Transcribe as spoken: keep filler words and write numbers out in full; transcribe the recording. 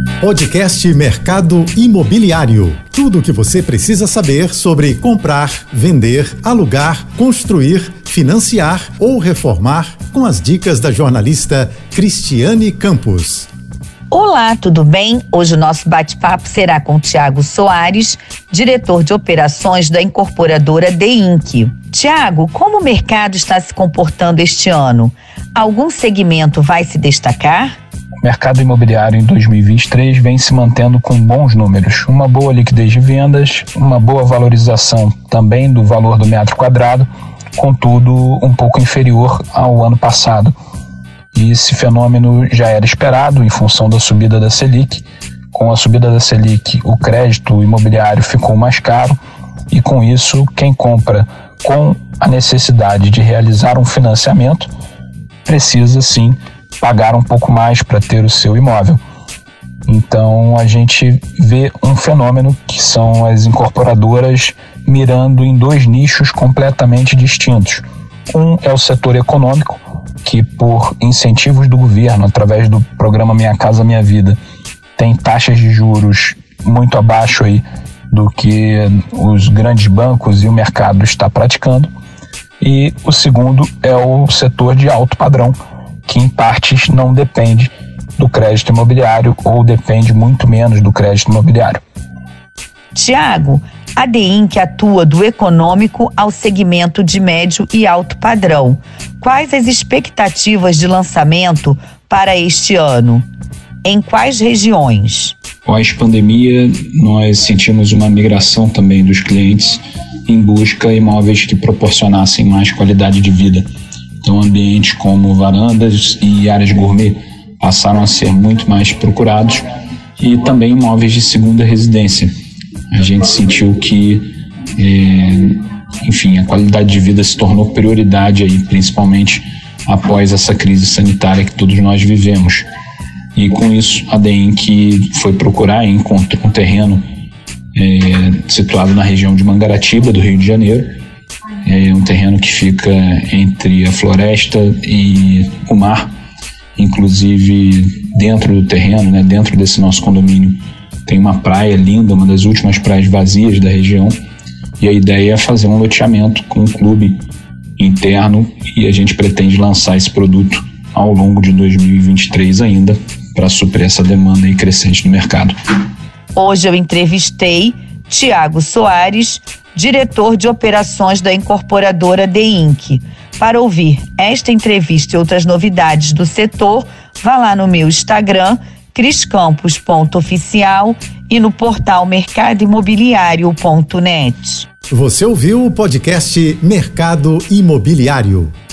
Podcast Mercado Imobiliário. Tudo o que você precisa saber sobre comprar, vender, alugar, construir, financiar ou reformar, com as dicas da jornalista Cristiane Campos. Olá, tudo bem? Hoje o nosso bate-papo será com Tiago Soares, diretor de operações da incorporadora D I N C. Tiago, como o mercado está se comportando este ano? Algum segmento vai se destacar? O mercado imobiliário em dois mil e vinte e três vem se mantendo com bons números, uma boa liquidez de vendas, uma boa valorização também do valor do metro quadrado, contudo um pouco inferior ao ano passado. E esse fenômeno já era esperado em função da subida da Selic. Com a subida da Selic, o crédito imobiliário ficou mais caro e, com isso, quem compra com a necessidade de realizar um financiamento precisa, sim, pagar um pouco mais para ter o seu imóvel. Então, a gente vê um fenômeno que são as incorporadoras mirando em dois nichos completamente distintos. Um é o setor econômico, que por incentivos do governo, através do programa Minha Casa Minha Vida, tem taxas de juros muito abaixo aí do que os grandes bancos e o mercado está praticando. E o segundo é o setor de alto padrão, que em partes não depende do crédito imobiliário ou depende muito menos do crédito imobiliário. Tiago, a D I N C atua do econômico ao segmento de médio e alto padrão. Quais as expectativas de lançamento para este ano? Em quais regiões? Pós-pandemia, nós sentimos uma migração também dos clientes em busca de imóveis que proporcionassem mais qualidade de vida. Então, ambientes como varandas e áreas gourmet passaram a ser muito mais procurados, e também imóveis de segunda residência. A gente sentiu que, é, enfim, a qualidade de vida se tornou prioridade aí, principalmente após essa crise sanitária que todos nós vivemos. E com isso, a D I N C foi procurar e encontrou um terreno é, situado na região de Mangaratiba, do Rio de Janeiro. É um terreno que fica entre a floresta e o mar. Inclusive, dentro do terreno, né, dentro desse nosso condomínio, tem uma praia linda, uma das últimas praias vazias da região. E a ideia é fazer um loteamento com um clube interno, e a gente pretende lançar esse produto ao longo de dois mil e vinte e três ainda, para suprir essa demanda aí crescente no mercado. Hoje eu entrevistei Tiago Soares, diretor de operações da incorporadora D I N C. Para ouvir esta entrevista e outras novidades do setor, vá lá no meu Instagram, criscampos ponto oficial, e no portal mercado imobiliário ponto net. Você ouviu o podcast Mercado Imobiliário.